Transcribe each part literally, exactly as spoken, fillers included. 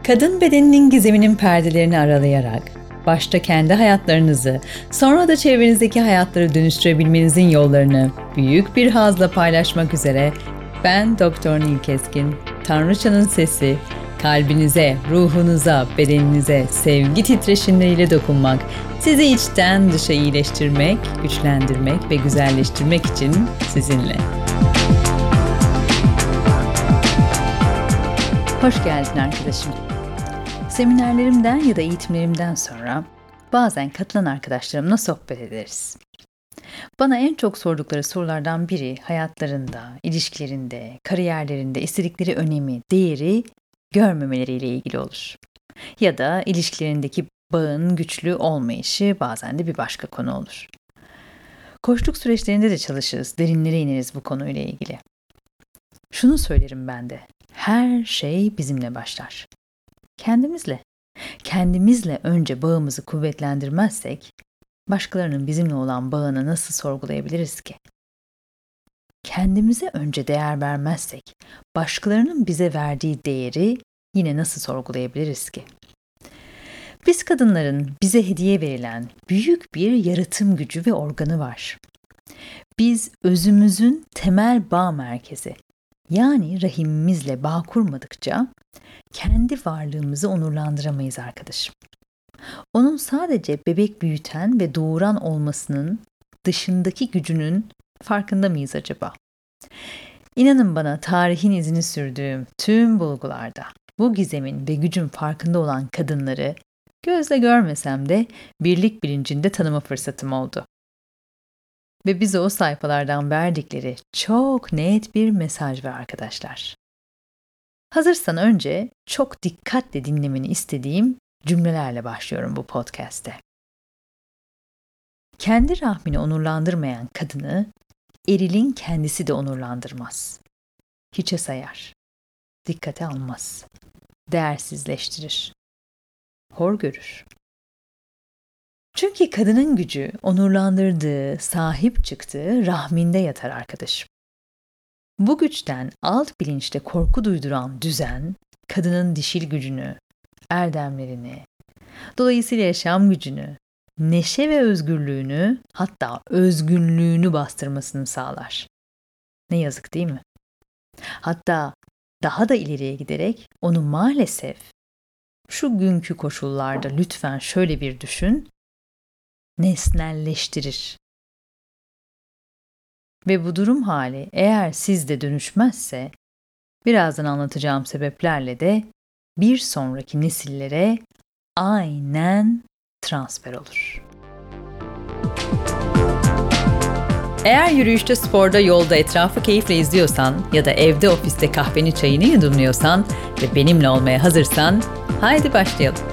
Kadın bedeninin gizeminin perdelerini aralayarak, başta kendi hayatlarınızı, sonra da çevrenizdeki hayatları dönüştürebilmenizin yollarını büyük bir hazla paylaşmak üzere ben Doktor Nil Keskin, Tanrıçanın sesi, kalbinize, ruhunuza, bedeninize sevgi titreşimleriyle dokunmak, sizi içten dışa iyileştirmek, güçlendirmek ve güzelleştirmek için sizinle. Hoş geldin arkadaşım. Seminerlerimden ya da eğitimlerimden sonra bazen katılan arkadaşlarımla sohbet ederiz. Bana en çok sordukları sorulardan biri hayatlarında, ilişkilerinde, kariyerlerinde istedikleri önemi, değeri görmemeleriyle ilgili olur. Ya da ilişkilerindeki bağın güçlü olmayışı bazen de bir başka konu olur. Koçluk süreçlerinde de çalışırız, derinlere ineriz bu konuyla ilgili. Şunu söylerim ben de, her şey bizimle başlar. Kendimizle. Kendimizle önce bağımızı kuvvetlendirmezsek, başkalarının bizimle olan bağını nasıl sorgulayabiliriz ki? Kendimize önce değer vermezsek, başkalarının bize verdiği değeri yine nasıl sorgulayabiliriz ki? Biz kadınların bize hediye verilen büyük bir yaratım gücü ve organı var. Biz özümüzün temel bağ merkezi, yani rahimimizle bağ kurmadıkça kendi varlığımızı onurlandıramayız arkadaşım. Onun sadece bebek büyüten ve doğuran olmasının dışındaki gücünün farkında mıyız acaba? İnanın bana, tarihin izini sürdüğüm tüm bulgularda bu gizemin ve gücün farkında olan kadınları gözle görmesem de birlik bilincinde tanıma fırsatım oldu. Ve bize o sayfalardan verdikleri çok net bir mesaj var arkadaşlar. Hazırsan önce çok dikkatle dinlemeni istediğim cümlelerle başlıyorum bu podcast'te. Kendi rahmini onurlandırmayan kadını erilin kendisi de onurlandırmaz. Hiçe sayar. Dikkate almaz. Değersizleştirir. Hor görür. Çünkü kadının gücü onurlandırdığı, sahip çıktığı rahminde yatar arkadaşım. Bu güçten alt bilinçte korku duyduran düzen, kadının dişil gücünü, erdemlerini, dolayısıyla yaşam gücünü, neşe ve özgürlüğünü, hatta özgünlüğünü bastırmasını sağlar. Ne yazık değil mi? Hatta daha da ileriye giderek onu maalesef şu günkü koşullarda lütfen şöyle bir düşün, nesnelleştirir. Ve bu durum hali eğer sizde dönüşmezse, birazdan anlatacağım sebeplerle de bir sonraki nesillere aynen transfer olur. Eğer yürüyüşte, sporda, yolda etrafı keyifle izliyorsan ya da evde, ofiste kahveni çayını yudumluyorsan ve benimle olmaya hazırsan, haydi başlayalım.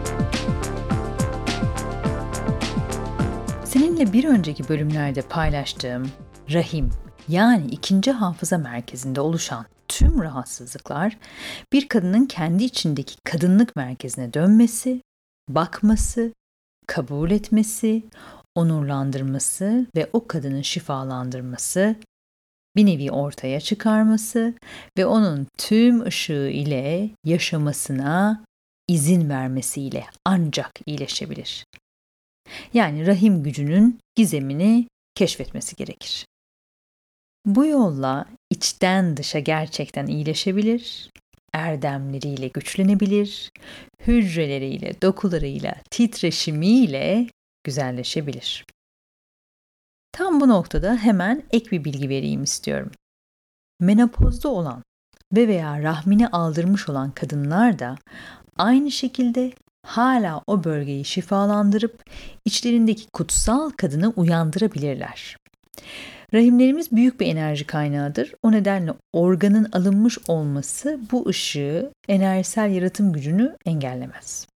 Seninle bir önceki bölümlerde paylaştığım rahim, yani ikinci hafıza merkezinde oluşan tüm rahatsızlıklar bir kadının kendi içindeki kadınlık merkezine dönmesi, bakması, kabul etmesi, onurlandırması ve o kadını şifalandırması, bir nevi ortaya çıkarması ve onun tüm ışığı ile yaşamasına izin vermesiyle ancak iyileşebilir. Yani rahim gücünün gizemini keşfetmesi gerekir. Bu yolla içten dışa gerçekten iyileşebilir, erdemleriyle güçlenebilir, hücreleriyle, dokularıyla, titreşimiyle güzelleşebilir. Tam bu noktada hemen ek bir bilgi vereyim istiyorum. Menopozda olan ve veya rahmini aldırmış olan kadınlar da aynı şekilde hala o bölgeyi şifalandırıp içlerindeki kutsal kadını uyandırabilirler. Rahimlerimiz büyük bir enerji kaynağıdır. O nedenle organın alınmış olması bu ışığı, enerjisel yaratım gücünü engellemez.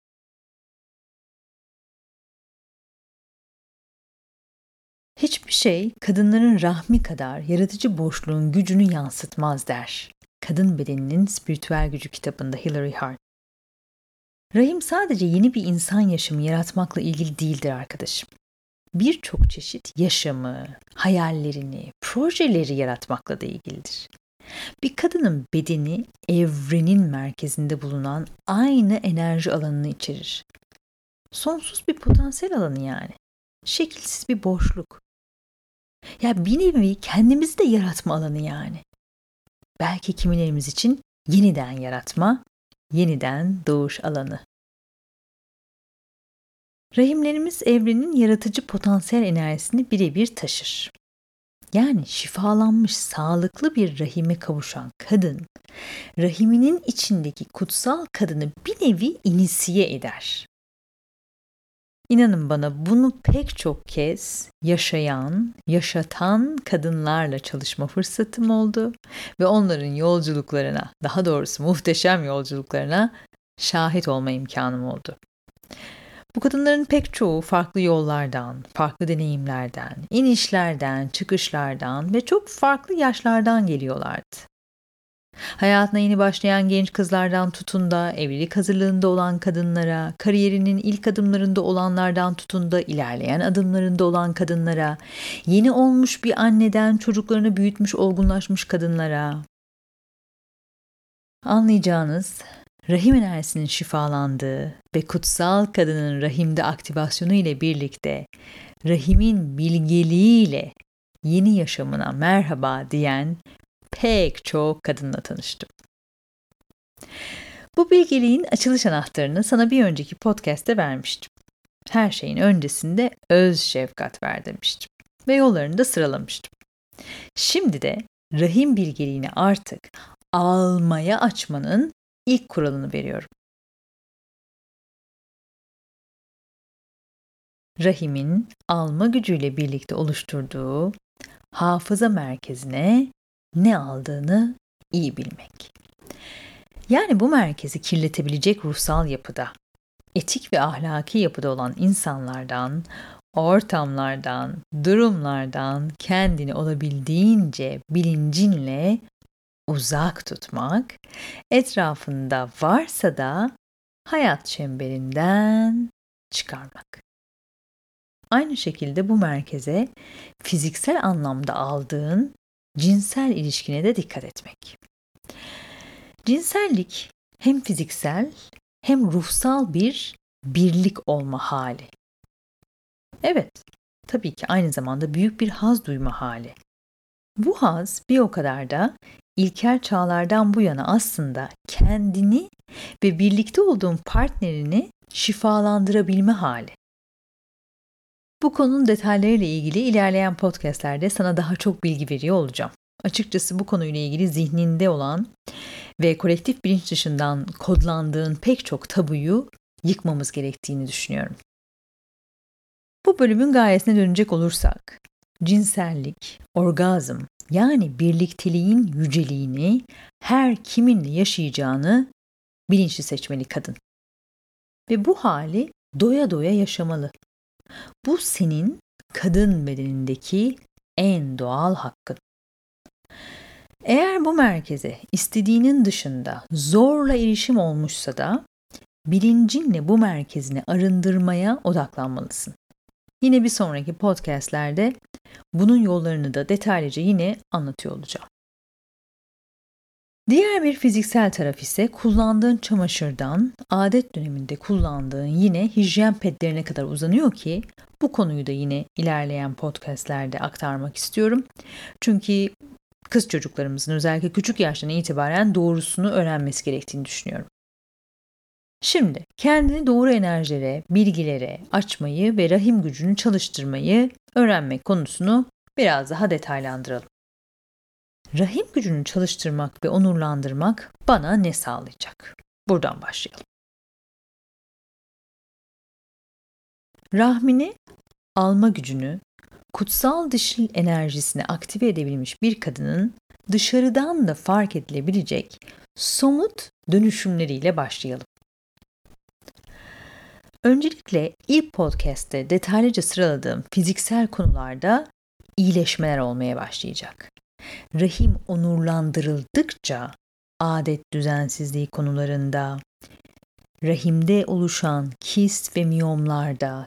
Hiçbir şey kadınların rahmi kadar yaratıcı boşluğun gücünü yansıtmaz der Kadın Bedeninin Spiritüel Gücü kitabında Hilary Hart. Rahim sadece yeni bir insan yaşamı yaratmakla ilgili değildir arkadaşım. Birçok çeşit yaşamı, hayallerini, projeleri yaratmakla da ilgilidir. Bir kadının bedeni evrenin merkezinde bulunan aynı enerji alanını içerir. Sonsuz bir potansiyel alanı yani. Şekilsiz bir boşluk. Ya bir nevi kendimizi de yaratma alanı yani. Belki kimilerimiz için yeniden yaratma, yeniden doğuş alanı. Rahimlerimiz evrenin yaratıcı potansiyel enerjisini birebir taşır. Yani şifalanmış, sağlıklı bir rahime kavuşan kadın, rahiminin içindeki kutsal kadını bir nevi inisiye eder. İnanın bana bunu pek çok kez yaşayan, yaşatan kadınlarla çalışma fırsatım oldu ve onların yolculuklarına, daha doğrusu muhteşem yolculuklarına şahit olma imkanım oldu. Bu kadınların pek çoğu farklı yollardan, farklı deneyimlerden, inişlerden, çıkışlardan ve çok farklı yaşlardan geliyorlardı. Hayatına yeni başlayan genç kızlardan tutun da evlilik hazırlığında olan kadınlara, kariyerinin ilk adımlarında olanlardan tutun da ilerleyen adımlarında olan kadınlara, yeni olmuş bir anneden çocuklarını büyütmüş, olgunlaşmış kadınlara. Anlayacağınız, rahim enerjisinin şifalandığı ve kutsal kadının rahimde aktivasyonu ile birlikte rahimin bilgeliğiyle yeni yaşamına merhaba diyen pek çok kadınla tanıştım. Bu bilgeliğin açılış anahtarını sana bir önceki podcast'te vermiştim. Her şeyin öncesinde öz şefkat ver demiştim ve yollarını da sıralamıştım. Şimdi de rahim bilgeliğini artık almaya açmanın ilk kuralını veriyorum. Rahimin alma gücüyle birlikte oluşturduğu hafıza merkezine ne aldığını iyi bilmek. Yani bu merkezi kirletebilecek ruhsal yapıda, etik ve ahlaki yapıda olan insanlardan, ortamlardan, durumlardan kendini olabildiğince bilincinle uzak tutmak, etrafında varsa da hayat çemberinden çıkarmak. Aynı şekilde bu merkeze fiziksel anlamda aldığın cinsel ilişkine de dikkat etmek. Cinsellik hem fiziksel hem ruhsal bir birlik olma hali. Evet, tabii ki aynı zamanda büyük bir haz duyma hali. Bu haz bir o kadar da ilkel çağlardan bu yana aslında kendini ve birlikte olduğun partnerini şifalandırabilme hali. Bu konunun detaylarıyla ilgili ilerleyen podcastlerde sana daha çok bilgi veriyor olacağım. Açıkçası bu konuyla ilgili zihninde olan ve kolektif bilinç dışından kodlandığın pek çok tabuyu yıkmamız gerektiğini düşünüyorum. Bu bölümün gayesine dönecek olursak, cinsellik, orgazm yani birlikteliğin yüceliğini her kiminle yaşayacağını bilinçli seçmeli kadın. Ve bu hali doya doya yaşamalı. Bu senin kadın bedenindeki en doğal hakkın. Eğer bu merkeze istediğinin dışında zorla erişim olmuşsa da bilincinle bu merkezini arındırmaya odaklanmalısın. Yine bir sonraki podcastlerde bunun yollarını da detaylıca yine anlatıyor olacağım. Diğer bir fiziksel taraf ise kullandığın çamaşırdan adet döneminde kullandığın yine hijyen pedlerine kadar uzanıyor ki bu konuyu da yine ilerleyen podcastlerde aktarmak istiyorum. Çünkü kız çocuklarımızın özellikle küçük yaştan itibaren doğrusunu öğrenmesi gerektiğini düşünüyorum. Şimdi kendini doğru enerjilere, bilgilere açmayı ve rahim gücünü çalıştırmayı öğrenmek konusunu biraz daha detaylandıralım. Rahim gücünü çalıştırmak ve onurlandırmak bana ne sağlayacak? Buradan başlayalım. Rahmini alma gücünü, kutsal dişil enerjisini aktive edebilmiş bir kadının dışarıdan da fark edilebilecek somut dönüşümleriyle başlayalım. Öncelikle ilk podcast'te detaylıca sıraladığım fiziksel konularda iyileşmeler olmaya başlayacak. Rahim onurlandırıldıkça adet düzensizliği konularında, rahimde oluşan kist ve miyomlarda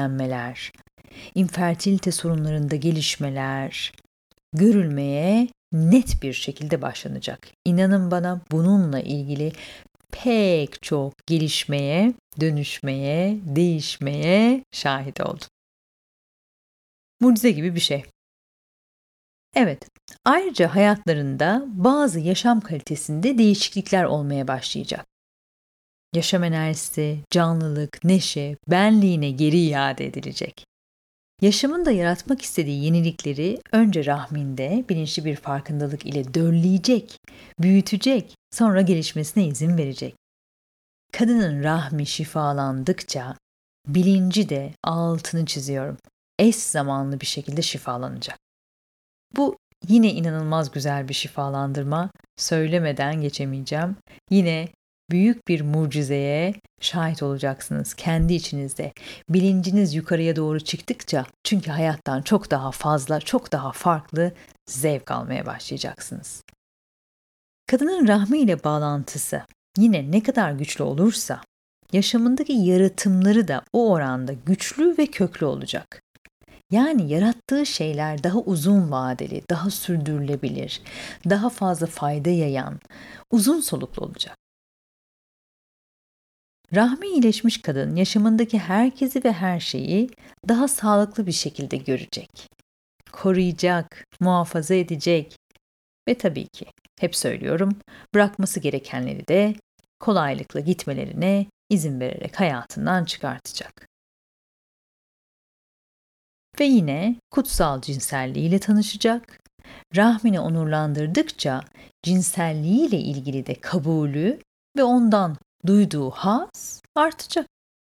temizlenmeler, infertilite sorunlarında gelişmeler görülmeye net bir şekilde başlanacak. İnanın bana, bununla ilgili pek çok gelişmeye, dönüşmeye, değişmeye şahit oldum. Mucize gibi bir şey. Evet, ayrıca hayatlarında bazı yaşam kalitesinde değişiklikler olmaya başlayacak. Yaşam enerjisi, canlılık, neşe, benliğine geri iade edilecek. Yaşamında yaratmak istediği yenilikleri önce rahminde bilinçli bir farkındalık ile dölleyecek, büyütecek, sonra gelişmesine izin verecek. Kadının rahmi şifalandıkça bilinci de, altını çiziyorum, eş zamanlı bir şekilde şifalanacak. Bu yine inanılmaz güzel bir şifalandırma, söylemeden geçemeyeceğim. Yine büyük bir mucizeye şahit olacaksınız kendi içinizde. Bilinciniz yukarıya doğru çıktıkça, çünkü hayattan çok daha fazla, çok daha farklı zevk almaya başlayacaksınız. Kadının rahmi ile bağlantısı yine ne kadar güçlü olursa, yaşamındaki yaratımları da o oranda güçlü ve köklü olacak. Yani yarattığı şeyler daha uzun vadeli, daha sürdürülebilir, daha fazla fayda yayan, uzun soluklu olacak. Rahmi iyileşmiş kadın yaşamındaki herkesi ve her şeyi daha sağlıklı bir şekilde görecek. Koruyacak, muhafaza edecek ve tabii ki hep söylüyorum, bırakması gerekenleri de kolaylıkla gitmelerine izin vererek hayatından çıkartacak. Ve yine kutsal cinselliğiyle tanışacak. Rahmini onurlandırdıkça cinselliğiyle ilgili de kabulü ve ondan duyduğu haz artacak.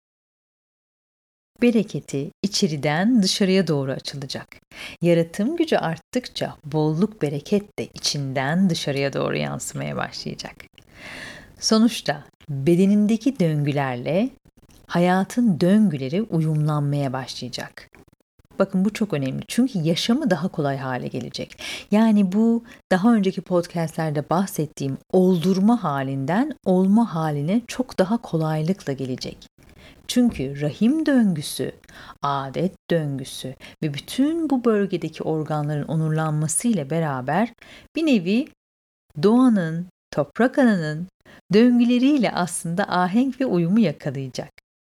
Bereketi içeriden dışarıya doğru açılacak. Yaratım gücü arttıkça bolluk bereket de içinden dışarıya doğru yansımaya başlayacak. Sonuçta bedenindeki döngülerle hayatın döngüleri uyumlanmaya başlayacak. Bakın bu çok önemli, çünkü yaşamı daha kolay hale gelecek. Yani bu daha önceki podcastlerde bahsettiğim oldurma halinden olma haline çok daha kolaylıkla gelecek. Çünkü rahim döngüsü, adet döngüsü ve bütün bu bölgedeki organların onurlanmasıyla beraber bir nevi doğanın, toprak ananın döngüleriyle aslında ahenk ve uyumu yakalayacak.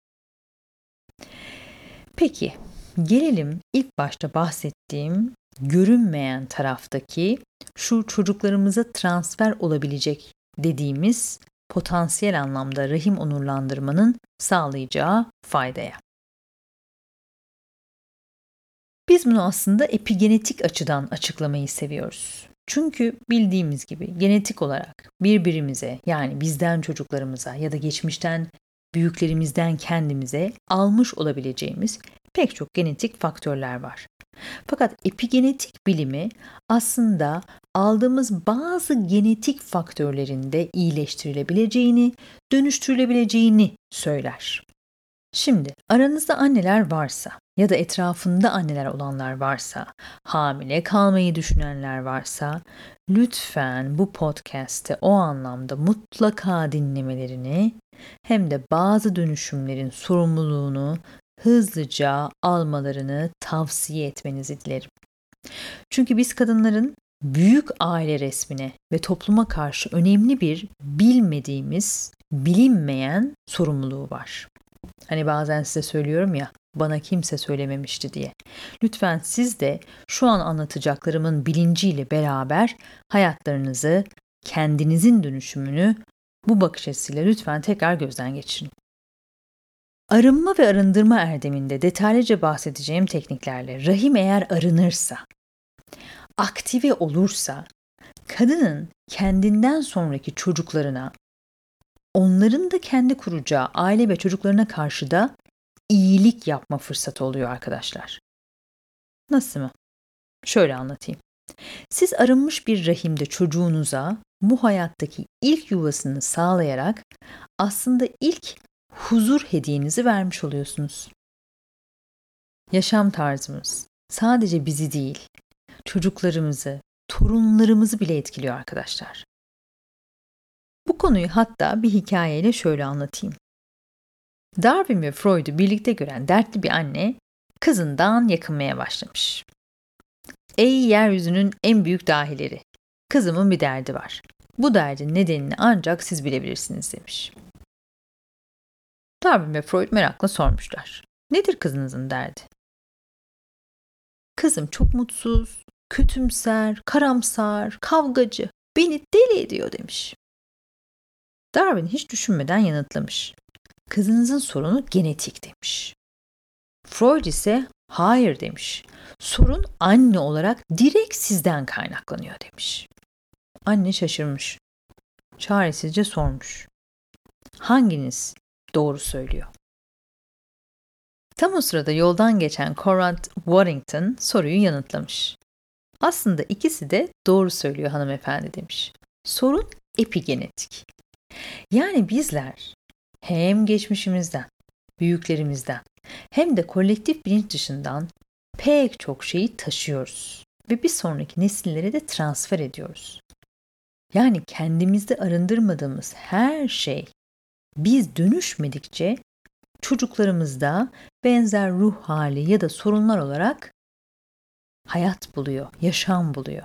Peki, gelelim ilk başta bahsettiğim görünmeyen taraftaki şu çocuklarımıza transfer olabilecek dediğimiz potansiyel anlamda rahim onurlandırmanın sağlayacağı faydaya. Biz bunu aslında epigenetik açıdan açıklamayı seviyoruz. Çünkü bildiğimiz gibi genetik olarak birbirimize, yani bizden çocuklarımıza ya da geçmişten büyüklerimizden kendimize almış olabileceğimiz pek çok genetik faktörler var. Fakat epigenetik bilimi aslında aldığımız bazı genetik faktörlerin de iyileştirilebileceğini, dönüştürülebileceğini söyler. Şimdi aranızda anneler varsa ya da etrafında anneler olanlar varsa, hamile kalmayı düşünenler varsa, lütfen bu podcast'te o anlamda mutlaka dinlemelerini, hem de bazı dönüşümlerin sorumluluğunu hızlıca almalarını tavsiye etmenizi dilerim. Çünkü biz kadınların büyük aile resmine ve topluma karşı önemli bir bilmediğimiz, bilinmeyen sorumluluğu var. Hani bazen size söylüyorum ya, bana kimse söylememişti diye. Lütfen siz de şu an anlatacaklarımın bilinciyle beraber hayatlarınızı, kendinizin dönüşümünü bu bakış açısıyla lütfen tekrar gözden geçirin. Arınma ve arındırma erdeminde detaylıca bahsedeceğim tekniklerle rahim eğer arınırsa, aktive olursa, kadının kendinden sonraki çocuklarına, onların da kendi kuracağı aile ve çocuklarına karşı da iyilik yapma fırsatı oluyor arkadaşlar. Nasıl mı? Şöyle anlatayım. Siz arınmış bir rahimde çocuğunuza bu hayattaki ilk yuvasını sağlayarak aslında ilk huzur hediyenizi vermiş oluyorsunuz. Yaşam tarzımız sadece bizi değil, çocuklarımızı, torunlarımızı bile etkiliyor arkadaşlar. Bu konuyu hatta bir hikayeyle şöyle anlatayım. Darwin ve Freud'u birlikte gören dertli bir anne kızından yakınmaya başlamış. Ey yeryüzünün en büyük dahileri, Kızımın bir derdi var. Bu derdin nedenini ancak siz bilebilirsiniz demiş. Darwin ve Freud merakla sormuşlar. Nedir kızınızın derdi? Kızım çok mutsuz, kötümser, karamsar, kavgacı, beni deli ediyor demiş. Darwin hiç düşünmeden yanıtlamış. Kızınızın sorunu genetik demiş. Freud ise hayır demiş. Sorun anne olarak direkt sizden kaynaklanıyor demiş. Anne şaşırmış. Çaresizce sormuş. Hanginiz doğru söylüyor? Tam o sırada yoldan geçen Conrad Warrington soruyu yanıtlamış. Aslında ikisi de doğru söylüyor hanımefendi demiş. Sorun epigenetik. Yani bizler hem geçmişimizden, büyüklerimizden hem de kolektif bilinç dışından pek çok şeyi taşıyoruz ve bir sonraki nesillere de transfer ediyoruz. Yani kendimizde arındırmadığımız her şey biz dönüşmedikçe çocuklarımızda benzer ruh hali ya da sorunlar olarak hayat buluyor, yaşam buluyor.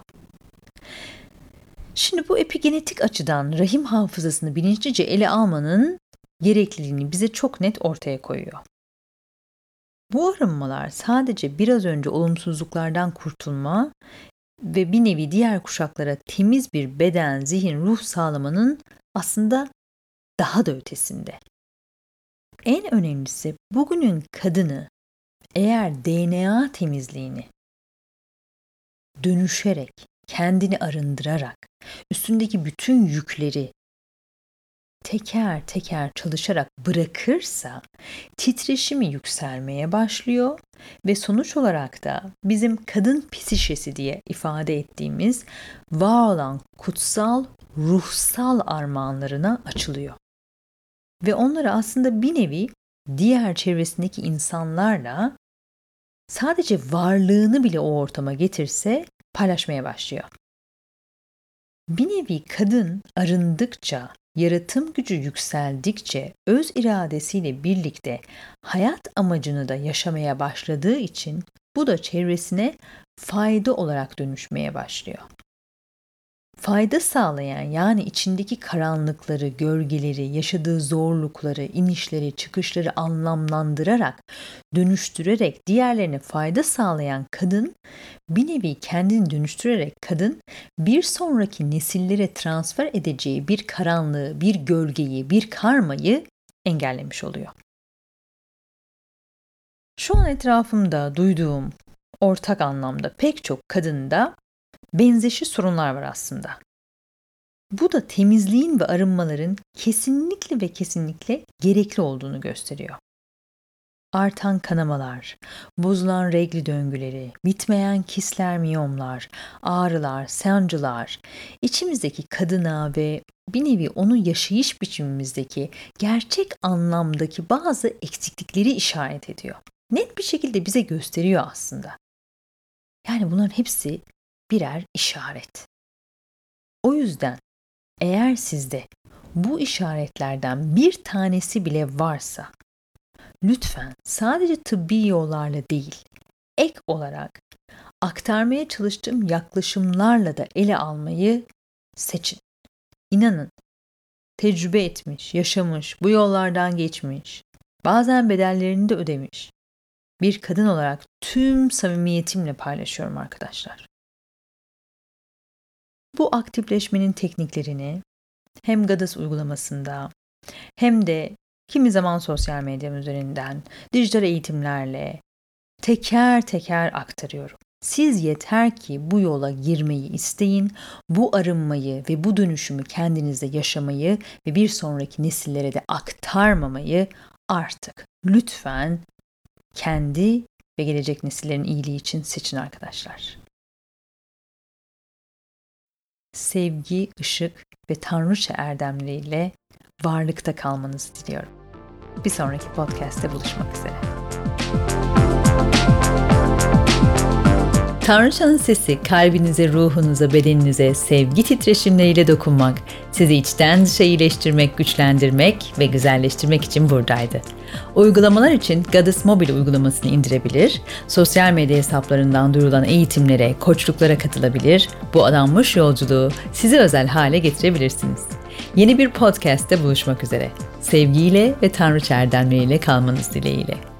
Şimdi bu epigenetik açıdan rahim hafızasını bilinçlice ele almanın gerekliliğini bize çok net ortaya koyuyor. Bu arınmalar sadece biraz önce olumsuzluklardan kurtulma ve bir nevi diğer kuşaklara temiz bir beden, zihin, ruh sağlamanın aslında daha da ötesinde. En önemlisi bugünün kadını eğer D N A temizliğini dönüşerek, kendini arındırarak, üstündeki bütün yükleri teker teker çalışarak bırakırsa titreşimi yükselmeye başlıyor ve sonuç olarak da bizim kadın psişesi diye ifade ettiğimiz var olan kutsal ruhsal armağanlarına açılıyor. Ve onları aslında bir nevi diğer çevresindeki insanlarla sadece varlığını bile o ortama getirse paylaşmaya başlıyor. Bir nevi kadın arındıkça, yaratım gücü yükseldikçe öz iradesiyle birlikte hayat amacını da yaşamaya başladığı için bu da çevresine fayda olarak dönüşmeye başlıyor. Fayda sağlayan yani içindeki karanlıkları, gölgeleri, yaşadığı zorlukları, inişleri, çıkışları anlamlandırarak, dönüştürerek diğerlerine fayda sağlayan kadın, bir nevi kendini dönüştürerek kadın bir sonraki nesillere transfer edeceği bir karanlığı, bir gölgeyi, bir karmayı engellemiş oluyor. Şu an etrafımda duyduğum ortak anlamda pek çok kadında benzeşi sorunlar var aslında. Bu da temizliğin ve arınmaların kesinlikle ve kesinlikle gerekli olduğunu gösteriyor. Artan kanamalar, bozulan regl döngüleri, bitmeyen kisler, miyomlar, ağrılar, sancılar, içimizdeki kadına ve bir nevi onun yaşayış biçimimizdeki gerçek anlamdaki bazı eksiklikleri işaret ediyor. Net bir şekilde bize gösteriyor aslında. Yani bunların hepsi birer işaret. O yüzden eğer sizde bu işaretlerden bir tanesi bile varsa lütfen sadece tıbbi yollarla değil, ek olarak aktarmaya çalıştığım yaklaşımlarla da ele almayı seçin. İnanın, tecrübe etmiş, yaşamış, bu yollardan geçmiş, bazen bedellerini de ödemiş bir kadın olarak tüm samimiyetimle paylaşıyorum arkadaşlar. Bu aktifleşmenin tekniklerini hem Goddess uygulamasında hem de kimi zaman sosyal medya üzerinden dijital eğitimlerle teker teker aktarıyorum. Siz yeter ki bu yola girmeyi isteyin, bu arınmayı ve bu dönüşümü kendinizde yaşamayı ve bir sonraki nesillere de aktarmamayı artık lütfen kendi ve gelecek nesillerin iyiliği için seçin arkadaşlar. Sevgi, ışık ve tanrıça erdemleriyle varlıkta kalmanızı diliyorum. Bir sonraki podcast'te buluşmak üzere. Tanrıçanın sesi kalbinize, ruhunuza, bedeninize sevgi titreşimleriyle dokunmak, sizi içten dışa iyileştirmek, güçlendirmek ve güzelleştirmek için buradaydı. Uygulamalar için Goddess Mobil uygulamasını indirebilir, sosyal medya hesaplarından duyurulan eğitimlere, koçluklara katılabilir, bu adanmış yolculuğu size özel hale getirebilirsiniz. Yeni bir podcast'te buluşmak üzere. Sevgiyle ve Tanrıça erdemleriyle kalmanız dileğiyle.